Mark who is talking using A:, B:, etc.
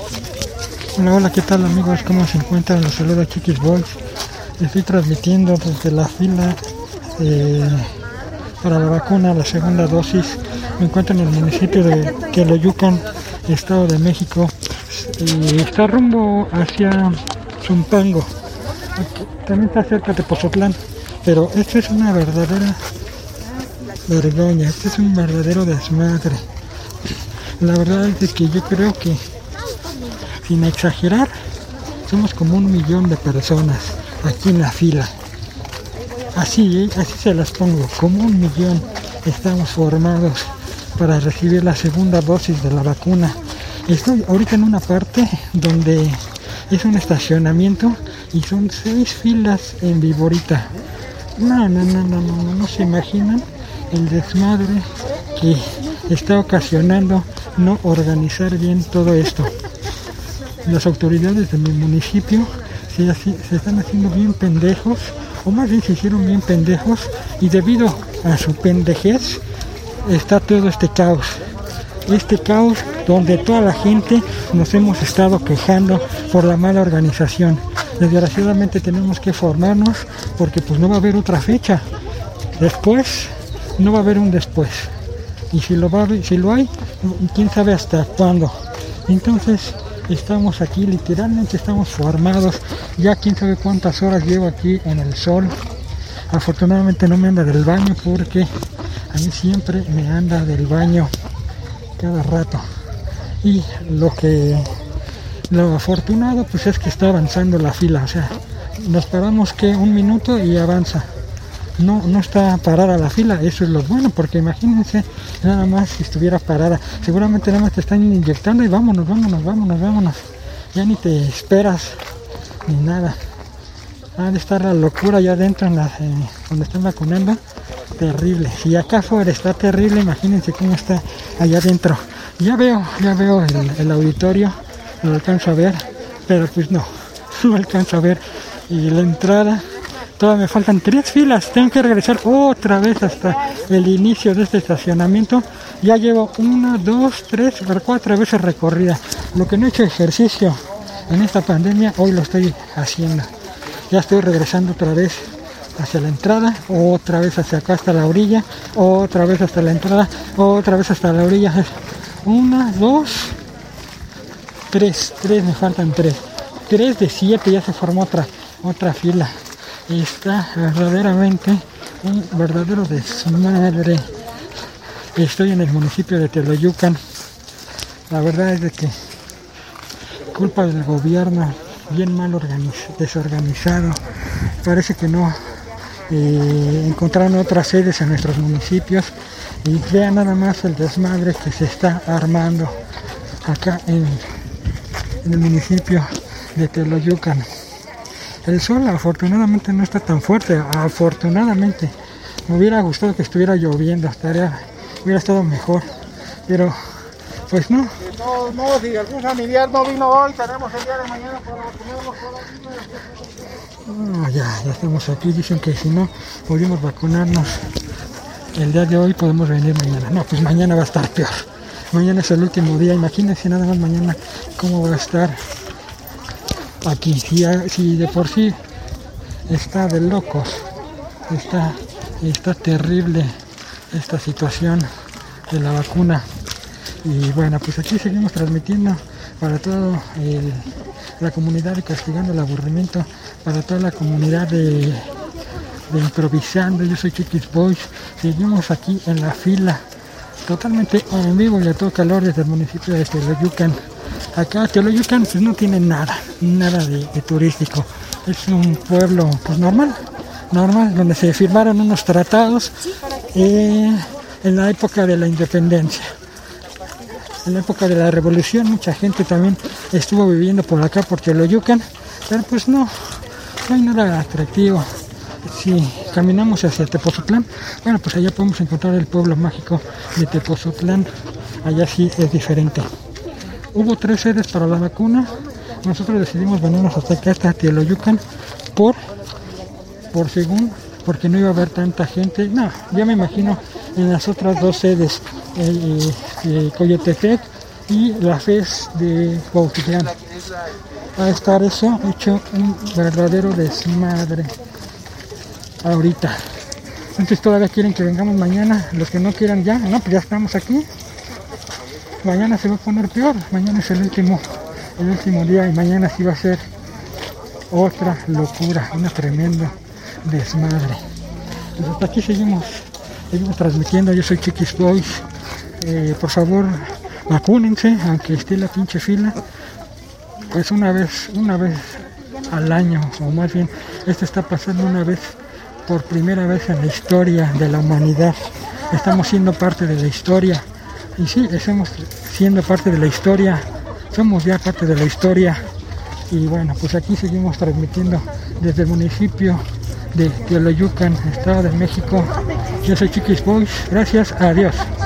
A: Hola, hola, ¿qué tal amigos? ¿Cómo se encuentran? Los saluda Chiquis Boys. Estoy transmitiendo desde la fila para la vacuna, la segunda dosis. Me encuentro en el municipio de Teoloyucan, Estado de México. Está rumbo hacia Zumpango. También está cerca de Pozotlán. Pero esto es una verdadera vergüenza, este es un verdadero desmadre. La verdad es que yo creo que, sin exagerar, somos como 1 millón de personas aquí en la fila. Así se las pongo, como 1 millón estamos formados para recibir la segunda dosis de la vacuna. Estoy ahorita en una parte donde es un estacionamiento y son 6 filas en Viborita. No se imaginan el desmadre que está ocasionando no organizar bien todo esto. Las autoridades de mi municipio se están haciendo bien pendejos, o más bien se hicieron bien pendejos, y debido a su pendejez está todo este caos donde toda la gente nos hemos estado quejando por la mala organización. Desgraciadamente tenemos que formarnos porque pues no va a haber otra fecha. Después no va a haber un después. Y si lo hay, quién sabe hasta cuándo. Entonces estamos aquí, literalmente estamos formados. Ya quién sabe cuántas horas llevo aquí en el sol. Afortunadamente no me anda del baño porque a mí siempre me anda del baño cada rato. Y lo afortunado pues es que está avanzando la fila. O sea, nos paramos que 1 minuto y avanza. No está parada la fila, eso es lo bueno, porque imagínense nada más si estuviera parada, seguramente nada más te están inyectando y vámonos, ya ni te esperas ni nada. Ha de estar la locura allá adentro donde están vacunando, terrible. Si acá afuera está terrible, imagínense cómo está allá adentro. Ya veo el auditorio, lo alcanzo a ver, pero pues no alcanzo a ver. Y la entrada, todavía me faltan 3 filas, tengo que regresar otra vez hasta el inicio de este estacionamiento. Ya llevo 1, 2, 3, 4 veces recorrida. Lo que no he hecho ejercicio en esta pandemia, hoy lo estoy haciendo. Ya estoy regresando otra vez hacia la entrada, otra vez hacia acá hasta la orilla, otra vez hasta la entrada, otra vez hasta la orilla. 1, 2, 3, me faltan 3. 3 de 7, ya se formó otra fila. Está verdaderamente un verdadero desmadre. Estoy en el municipio de Teoloyucan. La verdad es de que culpa del gobierno, bien mal desorganizado. Parece que no encontraron otras sedes en nuestros municipios. Y vean nada más el desmadre que se está armando acá en el municipio de Teoloyucan. El sol afortunadamente no está tan fuerte, afortunadamente. Me hubiera gustado que estuviera lloviendo, hubiera estado mejor, pero pues no.
B: De todos modos, si algún familiar no vino hoy, tenemos el día de mañana para vacunarnos todavía.
A: Ya estamos aquí, dicen que si no pudimos vacunarnos el día de hoy, podemos venir mañana. No, pues mañana va a estar peor. Mañana es el último día, imagínense nada más mañana cómo va a estar aquí. Si de por sí está de locos, está terrible esta situación de la vacuna. Y bueno, pues aquí seguimos transmitiendo para toda la comunidad de Castigando el Aburrimiento, para toda la comunidad de Improvisando. Yo soy Chiquis Boys. Seguimos aquí en la fila, totalmente en vivo y a todo calor desde el municipio de Teoloyucan. Acá Teoloyucan pues no tiene nada de turístico. Es un pueblo pues normal, donde se firmaron unos tratados en la época de la independencia. En la época de la revolución mucha gente también estuvo viviendo por acá, por Teoloyucan, pero pues no hay nada atractivo. Si caminamos hacia Tepozotlán, bueno, pues allá podemos encontrar el pueblo mágico de Tepozotlán. Allá sí es diferente. Hubo 3 sedes para la vacuna. Nosotros decidimos venirnos hasta acá, hasta Teoloyucan, porque no iba a haber tanta gente. No, ya me imagino en las otras 2 sedes, Coyotepec y la FES de Cuautitlán. Va a estar eso hecho un verdadero desmadre ahorita. Entonces todavía quieren que vengamos mañana, los que no quieran ya, no, pues ya estamos aquí. Mañana se va a poner peor, mañana es el último día y mañana sí va a ser otra locura, una tremenda desmadre. Pues hasta aquí seguimos transmitiendo. Yo soy Chiquis Boys. Por favor, vacúnense, aunque esté la pinche fila. Pues una vez al año, o más bien, esto está pasando por primera vez en la historia de la humanidad. Estamos siendo parte de la historia. Y sí, estamos siendo parte de la historia. Somos ya parte de la historia. Y bueno, pues aquí seguimos transmitiendo desde el municipio de Teoloyucan, Estado de México. Yo soy Chiquis Boys. Gracias, adiós.